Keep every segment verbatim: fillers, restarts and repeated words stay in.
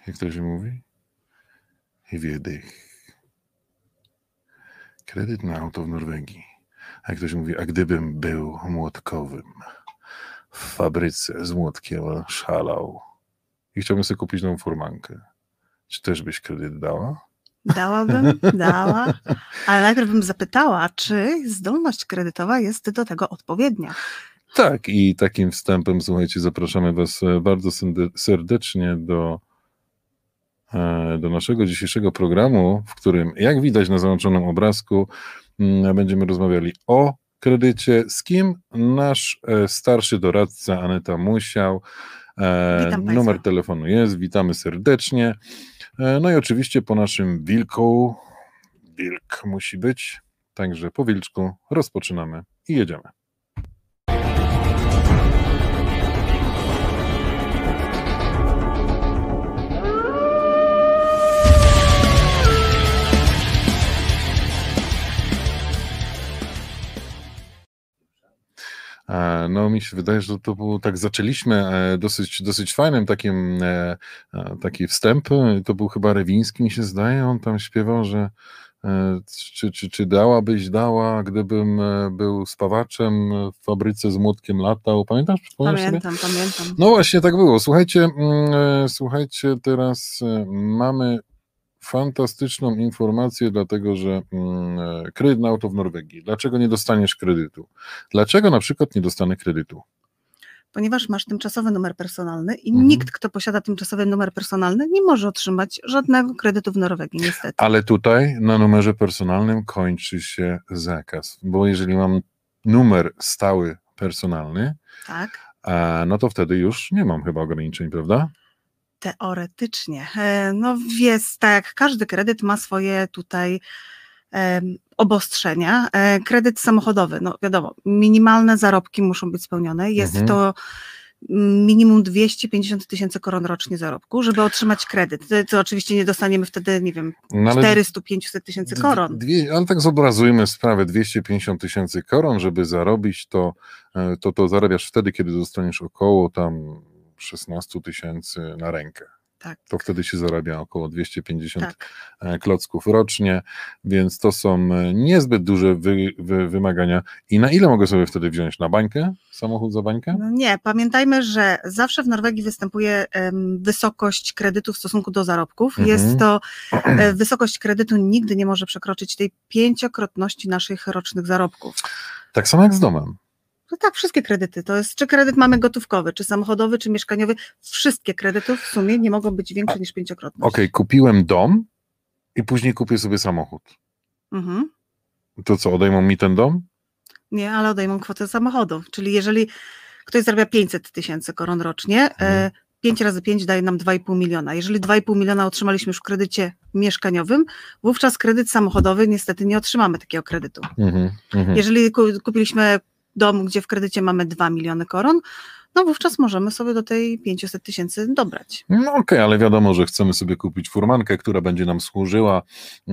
jak to się mówi? I wydech. Kredyt na auto w Norwegii. A jak ktoś mówi, a gdybym był młotkowym w fabryce z młotkiem szalał i chciałbym sobie kupić nową furmankę, czy też byś kredyt dała? Dałabym, dała, ale najpierw bym zapytała, czy zdolność kredytowa jest do tego odpowiednia. Tak, i takim wstępem, słuchajcie, zapraszamy Was bardzo serdecznie do, do naszego dzisiejszego programu, w którym, jak widać na załączonym obrazku, będziemy rozmawiali o kredycie. Z kim? Nasz starszy doradca Aneta Musiał. Witam Numer Państwa. telefonu jest, witamy serdecznie. No i oczywiście po naszym wilku, wilk musi być, także po wilczku rozpoczynamy i jedziemy. No mi się wydaje, że to było tak, zaczęliśmy dosyć, dosyć fajnym takim taki wstęp, to był chyba Rewiński, mi się zdaje, on tam śpiewał, że czy, czy, czy dałabyś dała, gdybym był spawaczem w fabryce z młotkiem latał, pamiętasz? Pamiętam, sobie? pamiętam. No właśnie tak było, słuchajcie, słuchajcie, teraz mamy fantastyczną informację, dlatego że mm, kredyt na auto w Norwegii. Dlaczego nie dostaniesz kredytu? Dlaczego na przykład nie dostanę kredytu? Ponieważ masz tymczasowy numer personalny i mhm. nikt, kto posiada tymczasowy numer personalny, nie może otrzymać żadnego kredytu w Norwegii, niestety. Ale tutaj na numerze personalnym kończy się zakaz, bo jeżeli mam numer stały personalny, tak. a, no to wtedy już nie mam chyba ograniczeń, prawda? Teoretycznie. No jest tak, jak każdy kredyt ma swoje tutaj e, obostrzenia. E, kredyt samochodowy, no wiadomo, minimalne zarobki muszą być spełnione. Jest mhm. to minimum dwieście pięćdziesiąt tysięcy koron rocznie zarobku, żeby otrzymać kredyt. To, to oczywiście nie dostaniemy wtedy, nie wiem, no czterysta pięćset tysięcy koron. Dwie, ale tak zobrazujmy sprawę, dwieście pięćdziesiąt tysięcy koron, żeby zarobić, to, to, to zarabiasz wtedy, kiedy dostaniesz około tam szesnaście tysięcy na rękę. Tak. To wtedy się zarabia około dwieście pięćdziesiąt tak. klocków rocznie, więc to są niezbyt duże wy, wy, wymagania. I na ile mogę sobie wtedy wziąć? Na bańkę? Samochód za bańkę? No nie, pamiętajmy, że zawsze w Norwegii występuje um, wysokość kredytu w stosunku do zarobków. Mhm. Jest to, e, wysokość kredytu nigdy nie może przekroczyć tej pięciokrotności naszych rocznych zarobków. Tak samo jak z domem. No tak, wszystkie kredyty, to jest, czy kredyt mamy gotówkowy, czy samochodowy, czy mieszkaniowy, wszystkie kredyty w sumie nie mogą być większe niż pięciokrotność. Okej, okay, kupiłem dom i później kupię sobie samochód. Mhm. To co, odejmą mi ten dom? Nie, ale odejmą kwotę samochodu, czyli jeżeli ktoś zarabia pięćset tysięcy koron rocznie, mhm. pięć razy pięć daje nam dwa i pół miliona. Jeżeli dwa i pół miliona otrzymaliśmy już w kredycie mieszkaniowym, wówczas kredyt samochodowy niestety nie otrzymamy takiego kredytu. Mhm. Mhm. Jeżeli kupiliśmy dom, gdzie w kredycie mamy dwa miliony koron, no wówczas możemy sobie do tej pięćset tysięcy dobrać. No okej, okay, ale wiadomo, że chcemy sobie kupić furmankę, która będzie nam służyła,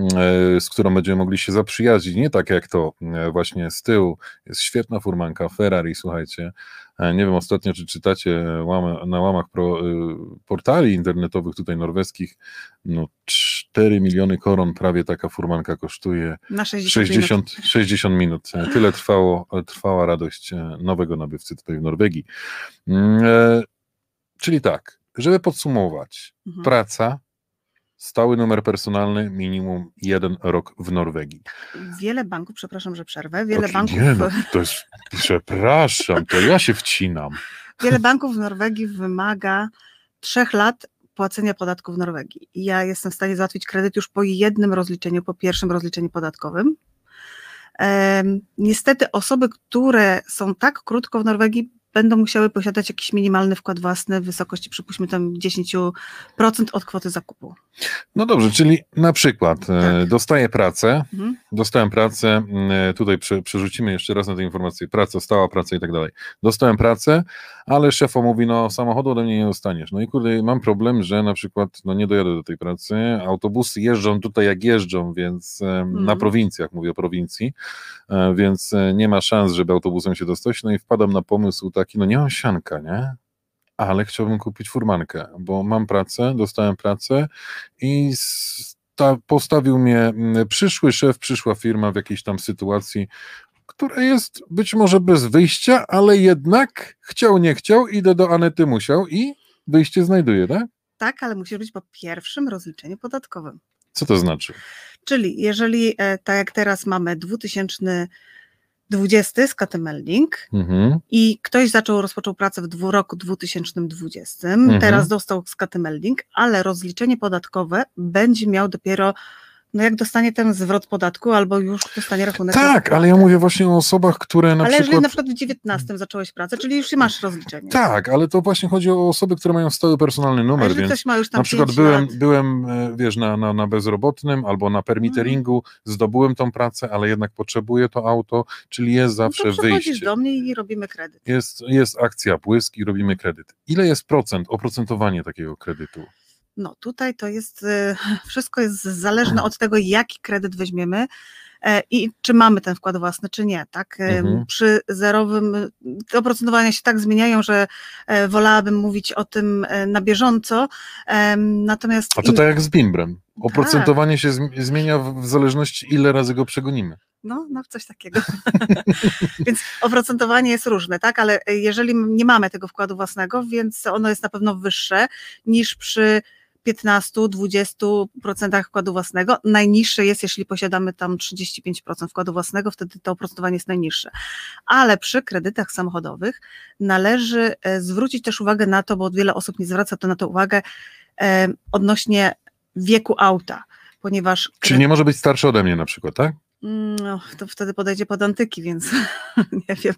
z którą będziemy mogli się zaprzyjaźnić, nie tak jak to właśnie z tyłu. Jest świetna furmanka, Ferrari, słuchajcie. Nie wiem ostatnio, czy czytacie na łamach pro, portali internetowych tutaj norweskich, no cztery miliony koron prawie taka furmanka kosztuje. Na sześćdziesiąt, sześćdziesiąt, minut. sześćdziesiąt minut. Tyle trwało, trwała radość nowego nabywcy tutaj w Norwegii. E, czyli tak, żeby podsumować, mhm. praca, stały numer personalny, minimum jeden rok w Norwegii. Wiele banków, przepraszam, że przerwę, wiele to, banków... Nie, no, to jest, przepraszam, to ja się wcinam. Wiele banków w Norwegii wymaga trzech lat płacenia podatku w Norwegii. I ja jestem w stanie załatwić kredyt już po jednym rozliczeniu, po pierwszym rozliczeniu podatkowym. Um, niestety osoby, które są tak krótko w Norwegii, będą musiały posiadać jakiś minimalny wkład własny w wysokości, przypuśćmy tam dziesięć procent od kwoty zakupu. No dobrze, czyli na przykład tak. dostaję pracę, mhm. dostałem pracę, tutaj prze, przerzucimy jeszcze raz na tę informację, praca, stała praca i tak dalej. Dostałem pracę, ale szefa mówi, no samochodu ode mnie nie dostaniesz. No i kurde, mam problem, że na przykład no nie dojadę do tej pracy, autobusy jeżdżą tutaj jak jeżdżą, więc mhm. na prowincjach, mówię o prowincji, więc nie ma szans, żeby autobusem się dostać, no i wpadam na pomysł taki, no nie mam sianka, nie? ale chciałbym kupić furmankę, bo mam pracę, dostałem pracę i sta, postawił mnie przyszły szef, przyszła firma w jakiejś tam sytuacji, która jest być może bez wyjścia, ale jednak chciał, nie chciał, idę do Anety musiał i wyjście znajduje, tak? Tak, ale musisz być po pierwszym rozliczeniu podatkowym. Co to znaczy? Czyli jeżeli, tak jak teraz mamy dwa tysiące dwudziesty skatemelding mhm. i ktoś zaczął, rozpoczął pracę w roku dwa tysiące dwudziestym, mhm. teraz dostał skatemelding, ale rozliczenie podatkowe będzie miał dopiero, no jak dostanie ten zwrot podatku, albo już dostanie rachunek. Tak, ale ja mówię właśnie o osobach, które na ale przykład... Ale jeżeli na przykład w dziewiętnastym zacząłeś pracę, czyli już masz rozliczenie. Tak, ale to właśnie chodzi o osoby, które mają stały personalny numer, więc ktoś ma już tam na przykład byłem, lat. byłem, wiesz, na, na, na bezrobotnym albo na permitteringu, hmm. zdobyłem tą pracę, ale jednak potrzebuję to auto, czyli jest zawsze no to wyjście. do mnie i robimy kredyt. Jest, jest akcja Błysk i robimy kredyt. Ile jest procent, oprocentowanie takiego kredytu? No tutaj to jest, wszystko jest zależne od tego, jaki kredyt weźmiemy i czy mamy ten wkład własny, czy nie, tak? Mhm. Przy zerowym te oprocentowania się tak zmieniają, że wolałabym mówić o tym na bieżąco, natomiast... A to tak jak z bimbrem, oprocentowanie tak. się zmienia w zależności, ile razy go przegonimy. No, no coś takiego. Więc oprocentowanie jest różne, tak? Ale jeżeli nie mamy tego wkładu własnego, więc ono jest na pewno wyższe niż przy piętnaście do dwudziestu procent wkładu własnego. Najniższe jest, jeśli posiadamy tam trzydzieści pięć procent wkładu własnego, wtedy to oprocentowanie jest najniższe. Ale przy kredytach samochodowych należy zwrócić też uwagę na to, bo wiele osób nie zwraca to na to uwagę, eh, odnośnie wieku auta, ponieważ... Kredyt... Czyli nie może być starszy ode mnie na przykład, tak? No, to wtedy podejdzie pod antyki, więc nie wiem.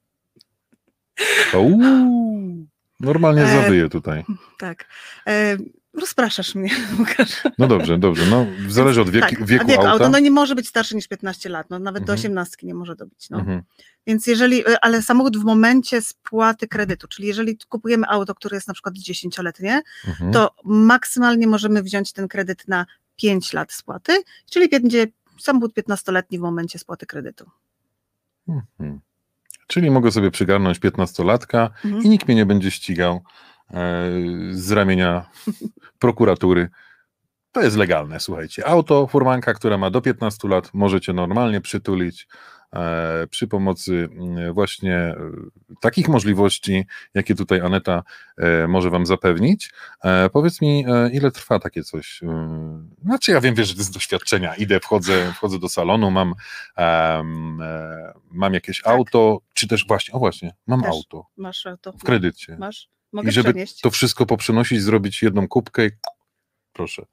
Uuu, normalnie zawyję tutaj. E, tak. E, rozpraszasz mnie, Łukasz. No dobrze, dobrze. No, zależy od wieki, tak, wieku, wieku auta. auta. No nie może być starszy niż piętnaście lat, no nawet mhm. do osiemnastki nie może dobić. No. Mhm. Więc jeżeli, ale samochód w momencie spłaty kredytu, czyli jeżeli kupujemy auto, które jest na przykład dziesięcioletnie, mhm. to maksymalnie możemy wziąć ten kredyt na pięć lat spłaty, czyli będzie samochód piętnastoletni w momencie spłaty kredytu. Mhm. Czyli mogę sobie przygarnąć piętnastolatka mhm. i nikt mnie nie będzie ścigał e, z ramienia prokuratury. To jest legalne, słuchajcie. Auto, furmanka, która ma do piętnastu lat, możecie normalnie przytulić e, przy pomocy właśnie e, takich możliwości, jakie tutaj Aneta e, może wam zapewnić. E, powiedz mi, e, ile trwa takie coś? E, znaczy ja wiem, wiesz, że to jest doświadczenia. Idę, wchodzę, wchodzę do salonu, mam, e, e, mam jakieś tak. auto, czy też właśnie, o właśnie, mam też auto. Masz auto. W kredycie. Masz. Mogę I żeby przenieść. to wszystko poprzenosić, zrobić jedną kubkę i proszę.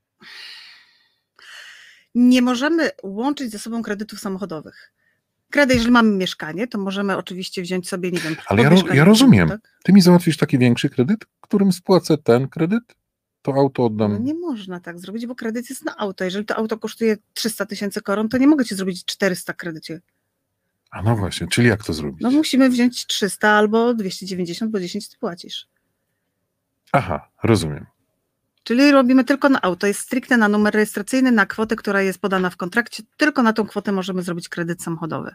Nie możemy łączyć ze sobą kredytów samochodowych. Kredyt, jeżeli mamy mieszkanie, to możemy oczywiście wziąć sobie, nie wiem... Ale ja, ja rozumiem. Tak? Ty mi załatwisz taki większy kredyt, którym spłacę ten kredyt, to auto oddam. No nie można tak zrobić, bo kredyt jest na auto. Jeżeli to auto kosztuje trzysta tysięcy koron, to nie mogę ci zrobić czterysta kredycie. A no właśnie, czyli jak to zrobić? No musimy wziąć trzysta albo dwieście dziewięćdziesiąt, bo dziesięć ty płacisz. Aha, rozumiem. Czyli robimy tylko na auto, jest stricte na numer rejestracyjny, na kwotę, która jest podana w kontrakcie, tylko na tą kwotę możemy zrobić kredyt samochodowy.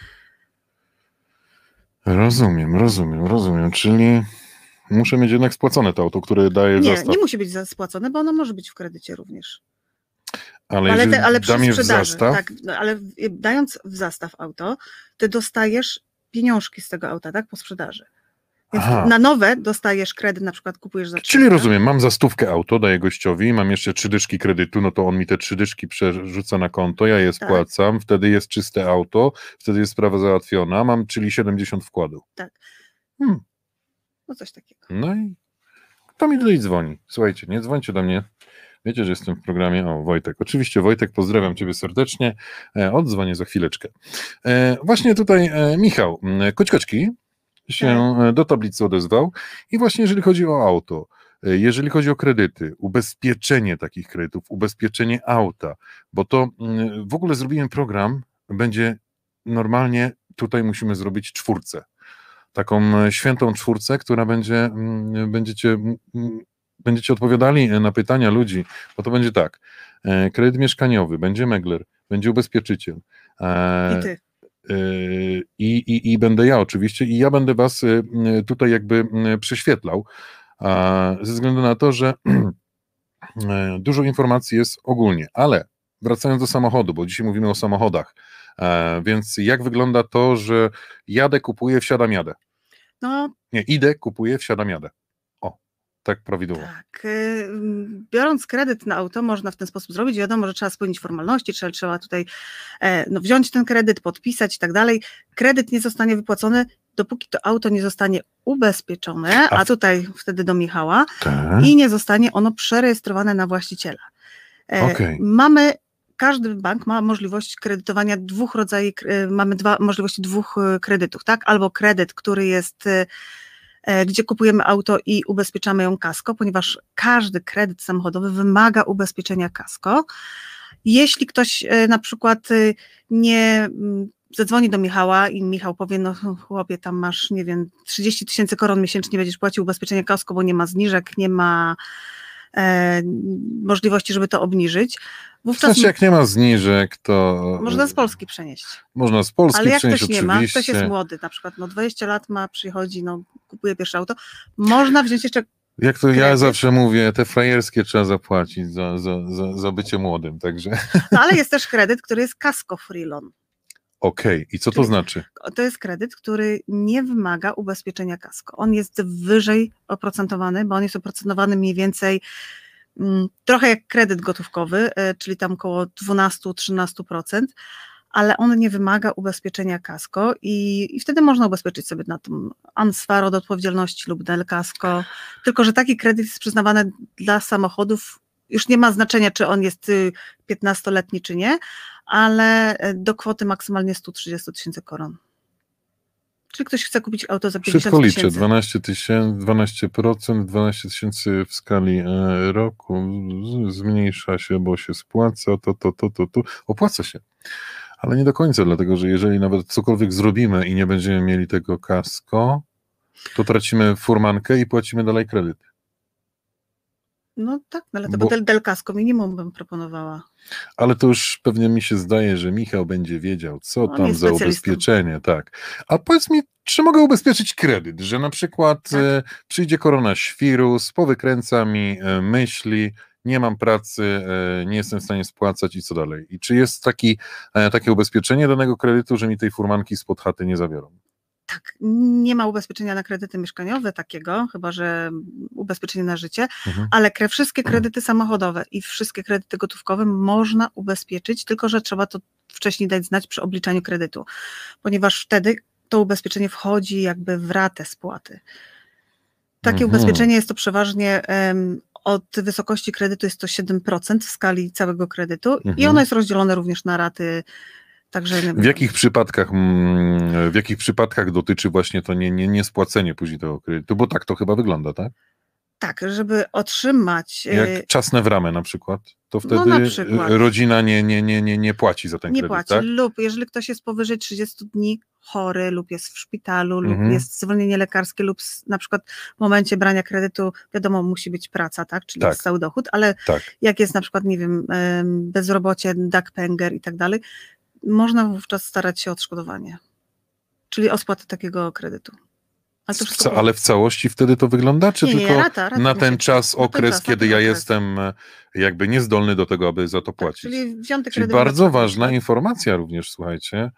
Rozumiem, rozumiem, rozumiem, czyli muszę mieć jednak spłacone to auto, które daje w nie, zastaw. Nie, nie musi być spłacone, bo ono może być w kredycie również. Ale, ale, te, ale przy dam sprzedaży, w zastaw? Tak, ale dając w zastaw auto, ty dostajesz pieniążki z tego auta, tak, po sprzedaży. Więc Aha. na nowe dostajesz kredyt, na przykład kupujesz za trzysta. Czyli rozumiem, mam za stówkę auto, daję gościowi, mam jeszcze trzy dyszki kredytu, no to on mi te trzy dyszki przerzuca na konto, ja je spłacam, tak. Wtedy jest czyste auto, wtedy jest sprawa załatwiona, mam, czyli siedemdziesiąt wkładu. Tak. Hmm. No coś takiego. No i kto mi tutaj dzwoni? Słuchajcie, nie dzwońcie do mnie. Wiecie, że jestem w programie. O, Wojtek. Oczywiście, Wojtek, pozdrawiam ciebie serdecznie. E, oddzwonię za chwileczkę. E, właśnie tutaj e, Michał Koćkoćki się tak. do tablicy odezwał i właśnie jeżeli chodzi o auto, jeżeli chodzi o kredyty, ubezpieczenie takich kredytów, ubezpieczenie auta, bo to w ogóle zrobiłem program, będzie normalnie, tutaj musimy zrobić czwórcę, taką świętą czwórcę, która będzie, będziecie, będziecie odpowiadali na pytania ludzi, bo to będzie tak, kredyt mieszkaniowy, będzie megler, będzie ubezpieczyciel. I ty. i, i, i będę ja oczywiście i ja będę was tutaj jakby prześwietlał, ze względu na to, że dużo informacji jest ogólnie, ale wracając do samochodu, bo dzisiaj mówimy o samochodach, więc jak wygląda to, że jadę, kupuję, wsiadam, jadę? No, Nie, idę, kupuję, wsiadam, jadę. O, tak prawidłowo. Tak, biorąc kredyt na auto można w ten sposób zrobić, wiadomo, że trzeba spełnić formalności, trzeba, trzeba tutaj no, wziąć ten kredyt, podpisać i tak dalej. Kredyt nie zostanie wypłacony, dopóki to auto nie zostanie ubezpieczone, a tutaj wtedy do Michała, tak. I nie zostanie ono przerejestrowane na właściciela. Okay. Mamy, każdy bank ma możliwość kredytowania dwóch rodzajów, mamy dwa możliwości dwóch kredytów, tak? Albo kredyt, który jest, gdzie kupujemy auto i ubezpieczamy ją kasko, ponieważ każdy kredyt samochodowy wymaga ubezpieczenia kasko. Jeśli ktoś na przykład nie zadzwoni do Michała i Michał powie, no chłopie, tam masz, nie wiem, trzydzieści tysięcy koron miesięcznie, będziesz płacił ubezpieczenie kasko, bo nie ma zniżek, nie ma e, możliwości, żeby to obniżyć. Wówczas znaczy, jak nie ma zniżek, to... Można z Polski przenieść. Można z Polski Ale jak przenieść, ktoś nie oczywiście. ma, ktoś jest młody, na przykład no dwadzieścia lat ma, przychodzi, no kupuje pierwsze auto, można wziąć jeszcze... Jak to kredyt. Ja zawsze mówię, te frajerskie trzeba zapłacić za, za, za, za bycie młodym, także... No ale jest też kredyt, który jest kasko free loan. Okej, okay. I co Czyli to znaczy? To jest kredyt, który nie wymaga ubezpieczenia kasko. On jest wyżej oprocentowany, bo on jest oprocentowany mniej więcej mm, trochę jak kredyt gotówkowy, y, czyli tam około dwanaście do trzynastu procent, ale on nie wymaga ubezpieczenia kasko i, i wtedy można ubezpieczyć sobie na tym Ansvar od odpowiedzialności lub Del Kasko, tylko że taki kredyt jest przyznawany dla samochodów. Już nie ma znaczenia, czy on jest piętnastoletni, czy nie, ale do kwoty maksymalnie sto trzydzieści tysięcy koron. Czyli ktoś chce kupić auto za pięćdziesiąt Szybko tysięcy. liczę, dwanaście tysięcy, dwanaście procent, dwanaście tysięcy w skali roku, zmniejsza się, bo się spłaca, to, to, to, to, to, opłaca się. Ale nie do końca, dlatego że jeżeli nawet cokolwiek zrobimy i nie będziemy mieli tego kasko, to tracimy furmankę i płacimy dalej kredyt. No tak, no ale to bo, Del, Del Kasko minimum bym proponowała. Ale to już pewnie mi się zdaje, że Michał będzie wiedział, co On tam za ubezpieczenie, tak. A powiedz mi, czy mogę ubezpieczyć kredyt, że na przykład tak. e, przyjdzie koronaświrus, powykręca mi e, myśli, nie mam pracy, e, nie jestem w stanie spłacać i co dalej? I czy jest taki, e, takie ubezpieczenie danego kredytu, że mi tej furmanki spod chaty nie zabiorą? Tak, nie ma ubezpieczenia na kredyty mieszkaniowe takiego, chyba że ubezpieczenie na życie, mhm. ale wszystkie kredyty samochodowe i wszystkie kredyty gotówkowe można ubezpieczyć, tylko że trzeba to wcześniej dać znać przy obliczaniu kredytu, ponieważ wtedy to ubezpieczenie wchodzi jakby w ratę spłaty. Takie mhm. ubezpieczenie jest to przeważnie um, od wysokości kredytu jest to siedem procent w skali całego kredytu mhm. i ono jest rozdzielone również na raty. Także w jakich przypadkach w jakich przypadkach dotyczy właśnie to nie, nie, nie spłacenie później tego kredytu? Bo tak to chyba wygląda, tak? Tak, żeby otrzymać... Jak czasne w ramę na przykład, to wtedy no przykład. rodzina nie, nie, nie, nie, nie płaci za ten nie kredyt, płaci. Tak? Lub jeżeli ktoś jest powyżej trzydziestu dni chory lub jest w szpitalu Mhm. lub jest zwolnienie lekarskie lub na przykład w momencie brania kredytu, wiadomo, musi być praca, tak, czyli Tak. jest cały dochód, ale Tak. jak jest na przykład, nie wiem, bezrobocie, Dagpenger i tak dalej, można wówczas starać się o odszkodowanie, czyli o spłatę takiego kredytu. Ale, to wszystko... Ale w całości wtedy to wygląda, czy nie, tylko nie, rata, rata na ten czas, na okres, ten czas, kiedy ten ja okres. jestem jakby niezdolny do tego, aby za to Tak, płacić? czyli wzięty czyli kredyt bardzo ważna informacja również, słuchajcie,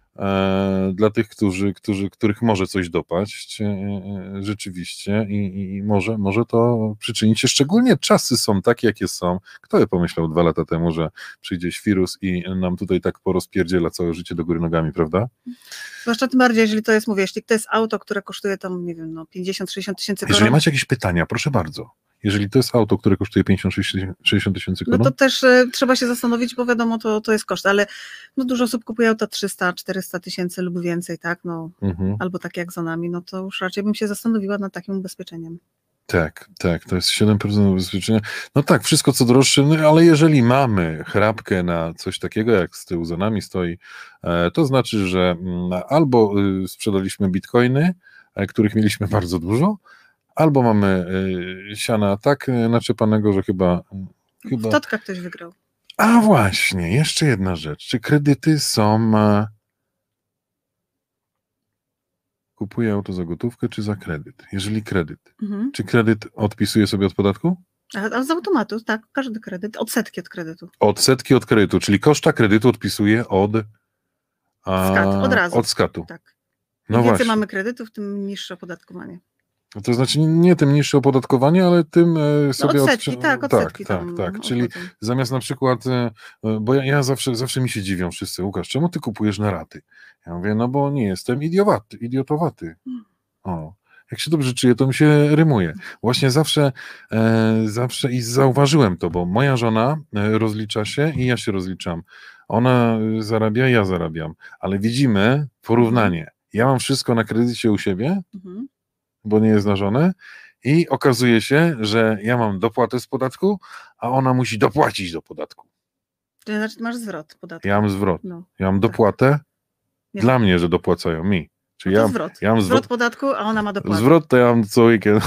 e, dla tych, którzy, którzy, których może coś dopaść e, e, rzeczywiście i, i może, może to przyczynić się, szczególnie czasy są takie, jakie są. Kto by pomyślał dwa lata temu, że przyjdzie wirus i nam tutaj tak porozpierdziela całe życie do góry nogami, prawda? Zwłaszcza tym bardziej, jeżeli to jest, mówię, jeśli to jest auto, które kosztuje tam, nie wiem, no pięćdziesiąt sześćdziesiąt tysięcy koron. Jeżeli macie jakieś pytania, proszę bardzo. Jeżeli to jest auto, które kosztuje pięćdziesiąt sześćdziesiąt tysięcy koron. No to też y, trzeba się zastanowić, bo wiadomo, to, to jest koszt, ale no dużo osób kupuje auta trzysta czterysta tysięcy lub więcej, tak, no, mhm. albo tak jak za nami, no to już raczej bym się zastanowiła nad takim ubezpieczeniem. Tak, tak, to jest siedem procent ubezpieczenia. No tak, wszystko co droższe, no, ale jeżeli mamy chrapkę na coś takiego, jak z tyłu za nami stoi, e, to znaczy, że m, albo y, sprzedaliśmy bitcoiny, e, których mieliśmy bardzo dużo, albo mamy y, siana tak naczepanego, że chyba... chyba... W totka ktoś wygrał. A właśnie, jeszcze jedna rzecz. Czy kredyty są... Kupuję auto za gotówkę czy za kredyt? Jeżeli kredyt, Mhm. czy kredyt odpisuje sobie od podatku? A, a z automatu, tak, każdy kredyt, odsetki od kredytu. Odsetki od kredytu, czyli koszta kredytu odpisuje od, a, Skat, od razu. od skatu. Tak. No Im więcej właśnie. mamy kredytów, tym niższe opodatkowanie. To znaczy nie tym niższe opodatkowanie, ale tym e, sobie odsetki, odczy- tak, odsetki tak, tam tak, tak. Czyli odchodzą. zamiast na przykład, e, bo ja, ja zawsze, zawsze mi się dziwią wszyscy, Łukasz, czemu ty kupujesz na raty? Ja mówię, no bo nie jestem idiowaty, idiotowaty. O, jak się dobrze czuję, to mi się rymuje. Właśnie zawsze, e, zawsze i zauważyłem to, bo moja żona e, rozlicza się i ja się rozliczam. Ona e, zarabia, ja zarabiam, ale widzimy porównanie. Ja mam wszystko na kredycie u siebie, Mhm. bo nie jest na żonę i okazuje się, że ja mam dopłatę z podatku, a ona musi dopłacić do podatku. To znaczy masz zwrot podatku. Ja mam zwrot. No. Ja mam dopłatę Nie. dla mnie, że dopłacają mi. Czyli No to ja, zwrot. ja mam zwrot zwrot, podatku, a ona ma dopłatę. zwrot to ja mam co weekend.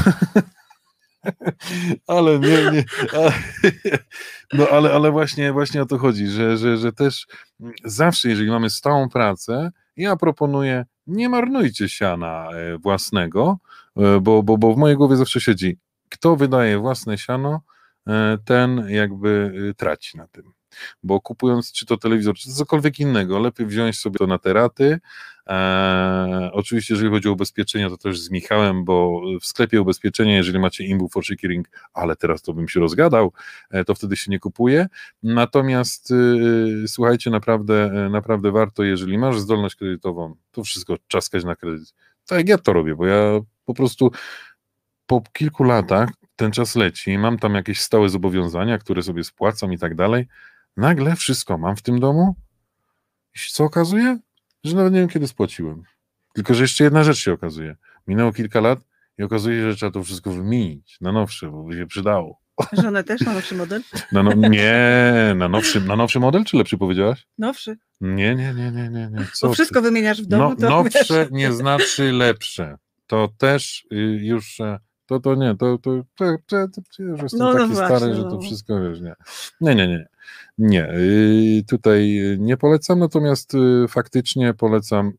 Ale nie, nie. A, no ale, ale właśnie, właśnie o to chodzi, że, że, że też zawsze, jeżeli mamy stałą pracę, ja proponuję, nie marnujcie siana e, własnego, e, bo, bo, bo w mojej głowie zawsze siedzi, kto wydaje własne siano, e, ten jakby e, traci na tym. Bo kupując czy to telewizor, czy to cokolwiek innego, lepiej wziąć sobie to na te raty. Eee, oczywiście, jeżeli chodzi o ubezpieczenia, to też z Michałem, bo w sklepie ubezpieczenia, jeżeli macie Imbu for Securing, ale teraz to bym się rozgadał, e, to wtedy się nie kupuje. Natomiast e, słuchajcie, naprawdę, e, naprawdę warto, jeżeli masz zdolność kredytową, to wszystko czaskać na kredyt. Tak jak ja to robię, bo ja po prostu po kilku latach ten czas leci, mam tam jakieś stałe zobowiązania, które sobie spłacam i tak dalej. Nagle wszystko mam w tym domu i się co okazuje? Że nawet nie wiem, kiedy spłaciłem. Tylko, że jeszcze jedna rzecz się okazuje. Minęło kilka lat i okazuje się, że trzeba to wszystko wymienić na nowsze, bo by się przydało. Żonę też na nowszy model? Na no, nie, na nowszy, na nowszy model, czy lepszy powiedziałaś? Nowszy. Nie, nie, nie, nie, nie. nie. Co Bo wszystko ty? wymieniasz w domu, No, to nowsze wiesz. nie znaczy lepsze. To też y, już... To, to nie, to, to, to, to, to, to już jestem No, no taki właśnie, stary, że no. to wszystko, wiesz, nie. Nie, nie, nie. Nie, y, tutaj nie polecam, natomiast y, faktycznie polecam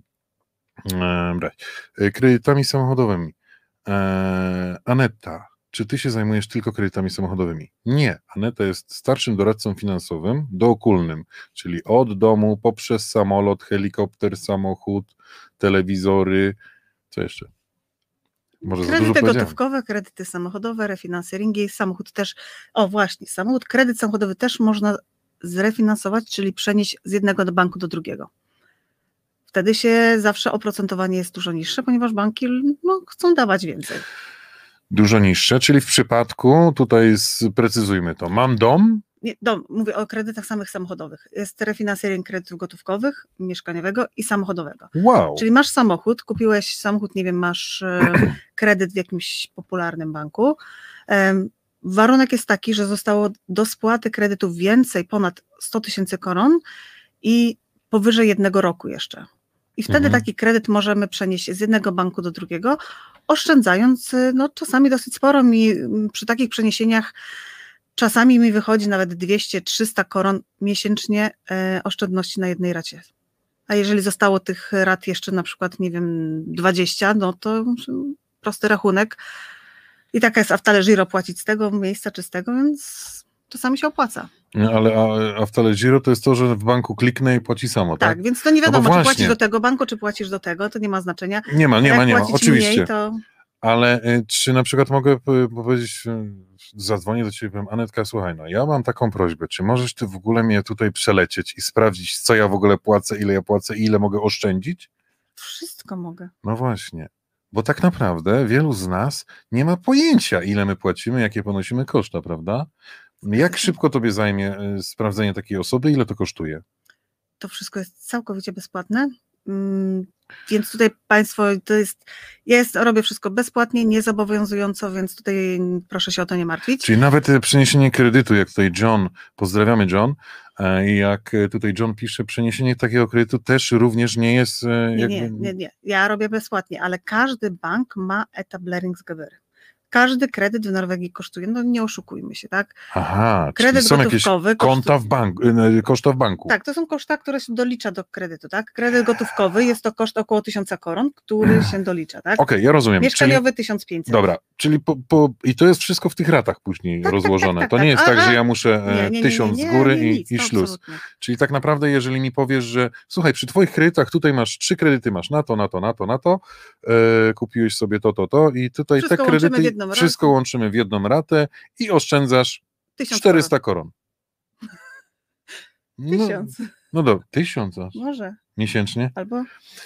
e, brać. Y, Kredytami samochodowymi. E, Aneta, czy ty się zajmujesz tylko kredytami samochodowymi? Nie, Aneta jest starszym doradcą finansowym dookólnym, czyli od domu poprzez samolot, helikopter, samochód, telewizory, co jeszcze? Może za dużo Kredyty powiedziałem. gotówkowe, kredyty samochodowe, refinansieringi, samochód też, o właśnie, samochód, kredyt samochodowy też można zrefinansować, czyli przenieść z jednego do banku do drugiego. Wtedy się zawsze oprocentowanie jest dużo niższe, ponieważ banki no, chcą dawać więcej. Dużo niższe, czyli w przypadku, tutaj sprecyzujmy to, mam dom, Nie, dom, mówię o kredytach samych samochodowych. Jest refinansiering kredytów gotówkowych, mieszkaniowego i samochodowego. wow, Czyli masz samochód, kupiłeś samochód, nie wiem, masz e, kredyt w jakimś popularnym banku. E, warunek jest taki, że zostało do spłaty kredytu więcej, ponad sto tysięcy koron i powyżej jednego roku jeszcze. I wtedy Mhm. taki kredyt możemy przenieść z jednego banku do drugiego, oszczędzając no, czasami dosyć sporo. Mi mm, przy takich przeniesieniach czasami mi wychodzi nawet dwieście trzysta koron miesięcznie e, oszczędności na jednej racie. A jeżeli zostało tych rat jeszcze na przykład, nie wiem, dwadzieścia, no to prosty rachunek. I taka jest, a w talerzyro płacić z tego miejsca czy z tego, więc czasami się opłaca. No, ale a, a w Talegiro to jest to, że w banku kliknę i płaci samo, tak? Tak, więc to nie No bo wiadomo, czy właśnie. płacisz do tego banku, czy płacisz do tego, to nie ma znaczenia. Nie ma, nie Jak ma, nie ma, płacić oczywiście. mniej, to Ale y, czy na przykład mogę p- powiedzieć, y, zadzwonię do ciebie i powiem, Anetka, słuchaj, no ja mam taką prośbę, czy możesz ty w ogóle mnie tutaj przelecieć i sprawdzić, co ja w ogóle płacę, ile ja płacę i ile mogę oszczędzić? wszystko mogę. No właśnie, bo tak naprawdę wielu z nas nie ma pojęcia, ile my płacimy, jakie ponosimy koszta, prawda? Jak szybko tobie zajmie y, sprawdzenie takiej osoby, ile to kosztuje? To wszystko jest całkowicie bezpłatne. Mm, Więc tutaj Państwo, to jest, ja jest, robię wszystko bezpłatnie, niezobowiązująco, więc tutaj proszę się o to nie martwić. Czyli nawet y, przeniesienie kredytu, jak tutaj John, pozdrawiamy John, e, i jak y, tutaj John pisze, przeniesienie takiego kredytu też również nie jest... y, Nie, jakby... nie, nie, nie. Ja robię bezpłatnie, ale każdy bank ma etablerings gebühr. każdy kredyt w Norwegii kosztuje, no nie oszukujmy się, tak? Aha, Kredyt czyli są jakieś gotówkowy konta w banku, koszta w banku. Tak, to są koszta, które się dolicza do kredytu, tak? Kredyt gotówkowy jest to koszt około tysiąca koron, który się dolicza, tak? Okej, okay, ja rozumiem. Mieszkaniowy czyli, tysiąc pięćset. Dobra, czyli po, po, i to jest wszystko w tych ratach później tak, rozłożone. Tak, tak, to tak, nie jest tak, tak, a, że ja muszę nie, nie, nie, tysiąc nie, nie, z góry nie, nie, i, nic, i śluz. Absolutnie. Czyli tak naprawdę, jeżeli mi powiesz, że słuchaj, przy twoich kredytach tutaj masz trzy kredyty, masz na to, na to, na to, na to, e, kupiłeś sobie to, to, to i tutaj wszystko te kredyty, wszystko ratę. łączymy w jedną ratę i oszczędzasz czterysta koron. No, tysiąc. No do tysiąc aż. Może. Miesięcznie? Albo?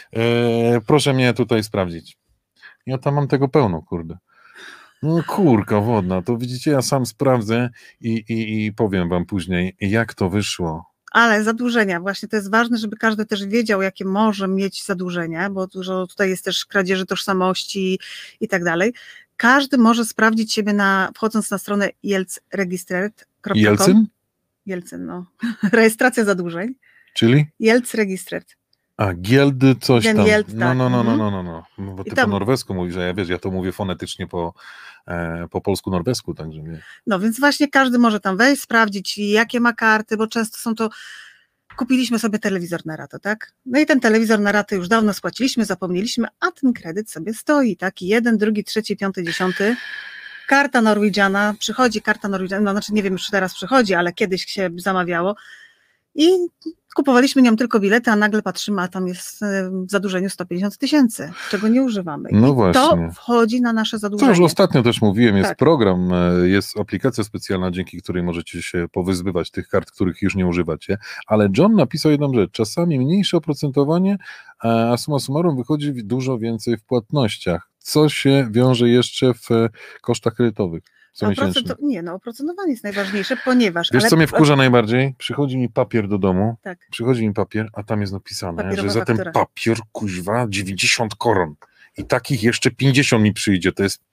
E, proszę mnie tutaj sprawdzić. Ja tam mam tego pełno, kurde. No kurka wodna, to widzicie, ja sam sprawdzę i, i, i powiem wam później, jak to wyszło. Ale zadłużenia, właśnie to jest ważne, żeby każdy też wiedział, jakie może mieć zadłużenia, bo dużo tutaj jest też kradzieży tożsamości i tak dalej. Każdy może sprawdzić siebie na, wchodząc na stronę jelcregistered kropka com. Jelcyn? Jelcyn, no. Rejestracja zadłużeń. Czyli? Jelcregistered. A, gieldy coś Ten tam. Jeld, no, tak. no, no, no, Mhm. no, no, no. no bo ty tam- po norwesku mówisz, a ja wiesz, ja to mówię fonetycznie po, e, po polsku norwesku, także wie. No więc właśnie każdy może tam wejść, sprawdzić, jakie ma karty, bo często są to. Kupiliśmy sobie telewizor na ratę, tak? No i ten telewizor na ratę już dawno spłaciliśmy, zapomnieliśmy, a ten kredyt sobie stoi, tak? Jeden, drugi, trzeci, piąty, dziesiąty. Karta Norwegiana, przychodzi karta Norwegiana, no znaczy nie wiem, czy teraz przychodzi, ale kiedyś się zamawiało i kupowaliśmy nią tylko bilety, a nagle patrzymy, a tam jest w zadłużeniu sto pięćdziesiąt tysięcy, czego nie używamy. No I właśnie. to wchodzi na nasze To zadłużenie. już ostatnio też mówiłem, jest Tak. program, e, jest aplikacja specjalna, dzięki której możecie się powyzbywać tych kart, których już nie używacie, ale John napisał jedną rzecz, czasami mniejsze oprocentowanie, a summa summarum wychodzi dużo więcej w płatnościach, co się wiąże jeszcze w e, kosztach kredytowych co miesięcznie. Oprocento- nie, no oprocentowanie jest najważniejsze, ponieważ... Wiesz, ale- co mnie wkurza najbardziej? Przychodzi mi papier do domu, Tak. przychodzi mi papier, a tam jest napisane, Papierowa że za ten faktura. papier, kuźwa, dziewięćdziesiąt koron. I takich jeszcze pięćdziesiąt mi przyjdzie. To jest...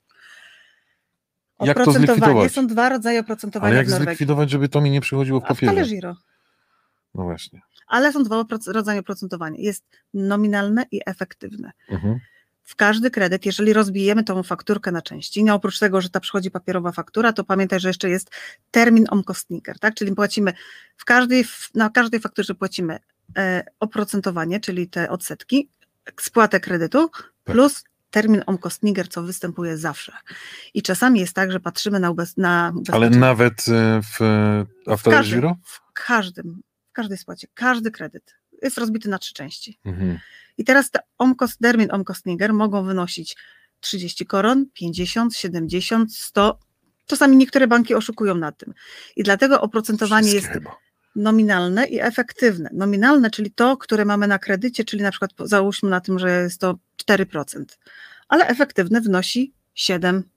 Jak to Oprocentowanie, zlikwidować? są dwa rodzaje oprocentowania Ale jak w Norwegii. zlikwidować, żeby to mi nie przychodziło w A w papierze? Talergiro. No właśnie. Ale są dwa oproc- rodzaje oprocentowania. Jest nominalne i efektywne. Mhm. W każdy kredyt, jeżeli rozbijemy tą fakturkę na części, no oprócz tego, że ta przychodzi papierowa faktura, to pamiętaj, że jeszcze jest termin omkostninger, tak? Czyli płacimy w każdej, na każdej fakturze płacimy e, oprocentowanie, czyli te odsetki, spłatę kredytu plus termin omkostninger, co występuje zawsze. I czasami jest tak, że patrzymy na, ubez- na Ale ubezpieczenie. nawet e, w, a w W każdym, Talergiro? w każdym, w każdej spłacie, każdy kredyt jest rozbity na trzy części. Mhm. I teraz te omkost, termin omkostninger mogą wynosić trzydzieści koron, pięćdziesiąt, siedemdziesiąt, sto. Czasami niektóre banki oszukują na tym. I dlatego oprocentowanie Wszystkie jest chyba. nominalne i efektywne. Nominalne, czyli to, które mamy na kredycie, czyli na przykład załóżmy na tym, że jest to cztery procent, ale efektywne wynosi siedem procent.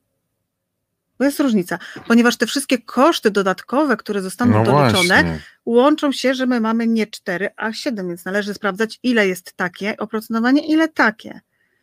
Bo jest różnica, ponieważ te wszystkie koszty dodatkowe, które zostaną No doliczone, właśnie. łączą się, że my mamy nie cztery, a siedem, więc należy sprawdzać, ile jest takie oprocentowanie, ile takie.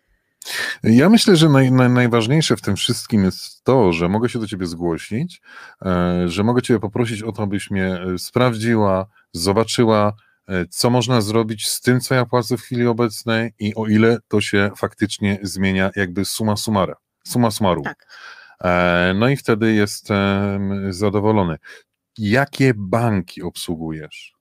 Ja myślę, że naj, naj, najważniejsze w tym wszystkim jest to, że mogę się do ciebie zgłosić, e, że mogę ciebie poprosić o to, abyś mnie e, sprawdziła, zobaczyła, e, co można zrobić z tym, co ja płacę w chwili obecnej i o ile to się faktycznie zmienia, jakby summa summara, summa summarum. Tak. E, no i wtedy jestem zadowolony. Jakie banki obsługujesz?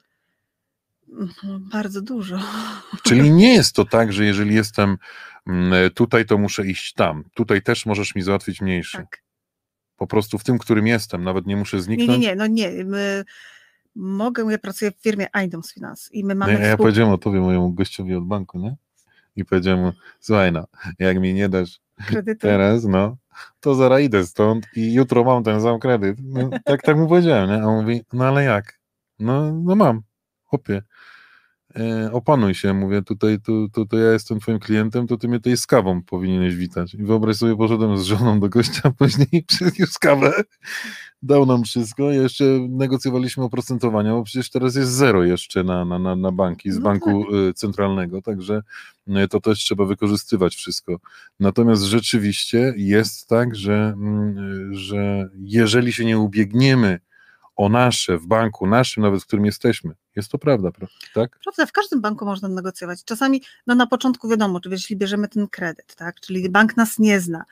Mhm, bardzo dużo. Czyli nie jest to tak, że jeżeli jestem mm, tutaj, to muszę iść tam. Tutaj też możesz mi załatwić mniejszy. Tak. Po prostu w tym, którym jestem, nawet nie muszę Nie, zniknąć. nie, nie, no nie. My, mogę, ja pracuję w firmie Eidoms Finance i my mamy Ja, ja współ... powiedziałem o tobie mojemu gościowi od banku, nie? I powiedziałem mu, słuchaj no, jak mi nie dasz kredytu. teraz, no, to zaraz idę stąd i jutro mam ten sam kredyt. No, tak, tak mu powiedziałem, nie? A on mówi, no ale jak? No, no mam, chłopie. E, opanuj się, mówię, tutaj to, to, to ja jestem twoim klientem, to ty mnie tutaj z kawą powinieneś witać. I wyobraź sobie, poszedłem z żoną do gościa, później przyniósł kawę, dał nam wszystko, jeszcze negocjowaliśmy oprocentowania, bo przecież teraz jest zero jeszcze na, na, na, na banki z No banku y, centralnego, także y, to też trzeba wykorzystywać wszystko. Natomiast rzeczywiście jest tak, że, mm, że jeżeli się nie ubiegniemy o nasze w banku, naszym nawet, w którym jesteśmy, jest to prawda, tak? Prawda, w każdym banku można negocjować. Czasami, no na początku wiadomo, czy jeśli bierzemy ten kredyt, tak, czyli bank nas nie zna,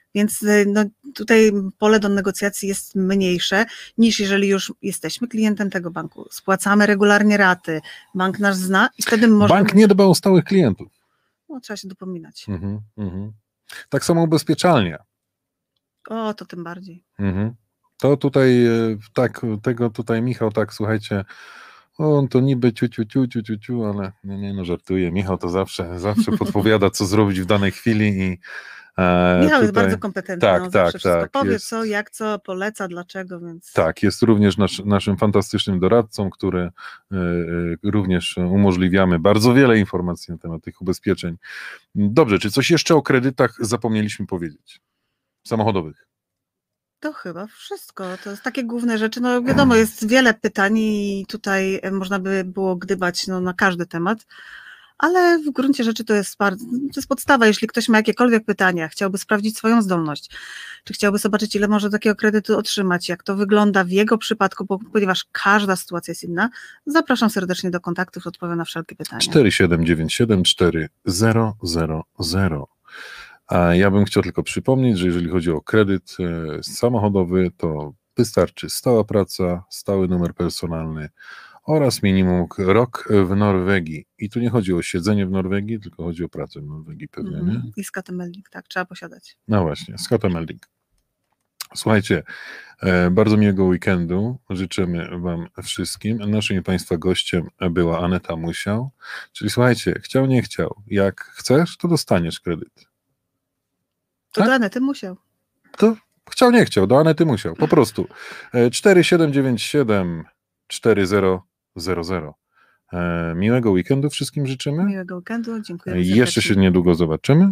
Więc no, tutaj pole do negocjacji jest mniejsze niż jeżeli już jesteśmy klientem tego banku. Spłacamy regularnie raty, bank nas zna i wtedy możemy... Bank nie dba o stałych klientów. No, trzeba się dopominać. Mhm, mhm. Tak samo ubezpieczalnia. O, to tym bardziej. Mhm. To tutaj, tak, tego tutaj Michał, tak, słuchajcie, on to niby ciu, ciu, ciu, ciu, ciu, ciu, ale nie, nie, no żartuję. Michał to zawsze, zawsze podpowiada, co zrobić w danej chwili i e, Michał tutaj, jest bardzo kompetentny, tak, on tak, zawsze wszystko tak, powie, jest, co, jak, co, poleca, dlaczego, więc... Tak, jest również nasz, naszym fantastycznym doradcą, który y, y, również umożliwiamy bardzo wiele informacji na temat tych ubezpieczeń. Dobrze, czy coś jeszcze o kredytach zapomnieliśmy powiedzieć? Samochodowych. To chyba wszystko. To jest takie główne rzeczy. No wiadomo, jest wiele pytań i tutaj można by było gdybać no, na każdy temat, ale w gruncie rzeczy to jest, bardzo, to jest podstawa. Jeśli ktoś ma jakiekolwiek pytania, chciałby sprawdzić swoją zdolność, czy chciałby zobaczyć, ile może takiego kredytu otrzymać, jak to wygląda w jego przypadku, bo, ponieważ każda sytuacja jest inna, zapraszam serdecznie do kontaktów, odpowiem na wszelkie pytania. cztery siedem dziewięć siedem cztery zero zero zero. A ja bym chciał tylko przypomnieć, że jeżeli chodzi o kredyt e, samochodowy, to wystarczy stała praca, stały numer personalny oraz minimum rok w Norwegii. I tu nie chodzi o siedzenie w Norwegii, tylko chodzi o pracę w Norwegii pewnie, mm-hmm. nie? I skatemelding, tak, trzeba posiadać. No właśnie, skatemelding. Słuchajcie, e, bardzo miłego weekendu życzymy wam wszystkim. Naszym Państwa gościem była Aneta Musiał, czyli słuchajcie, chciał, nie chciał, jak chcesz, to dostaniesz kredyt. To tak? Do Anety Musiał. To chciał, nie chciał, do Anety Musiał, po prostu. cztery siedem dziewięć siedem cztery zero zero zero. E, miłego weekendu wszystkim życzymy. Miłego weekendu, dziękuję. E, jeszcze się niedługo zobaczymy.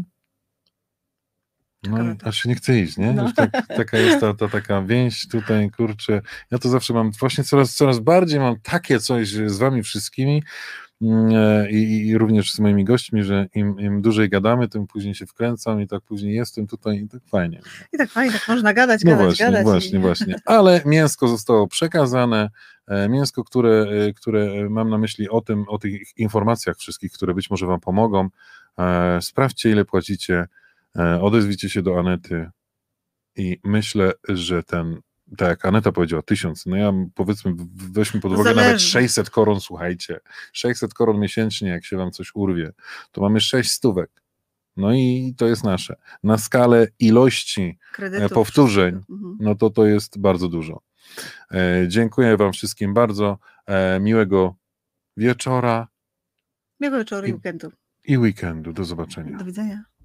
No Czekamy i aż się nie chce iść, nie? No. Już tak, taka jest ta, ta taka więź tutaj, kurczę. Ja to zawsze mam, właśnie coraz, coraz bardziej mam takie coś z wami wszystkimi i, i również z moimi gośćmi, że im, im dłużej gadamy, tym później się wkręcam i tak później jestem tutaj i tak fajnie. I tak fajnie, tak można gadać, no gadać, właśnie, gadać. Właśnie, i... właśnie. Ale mięsko zostało przekazane, mięsko, które, które mam na myśli o tym, o tych informacjach wszystkich, które być może wam pomogą. Sprawdźcie, ile płacicie, odezwijcie się do Anety i myślę, że ten, tak jak Aneta powiedziała, tysiąc, no ja powiedzmy, weźmy pod uwagę Zależy. nawet sześćset koron, słuchajcie, sześćset koron miesięcznie, jak się wam coś urwie, to mamy sześć stówek. No i to jest nasze. Na skalę ilości Kredytów, powtórzeń, mhm. no to to jest bardzo dużo. E, dziękuję wam wszystkim bardzo. E, miłego wieczora. Miłego wieczoru i weekendu. I weekendu. Do zobaczenia. Do widzenia.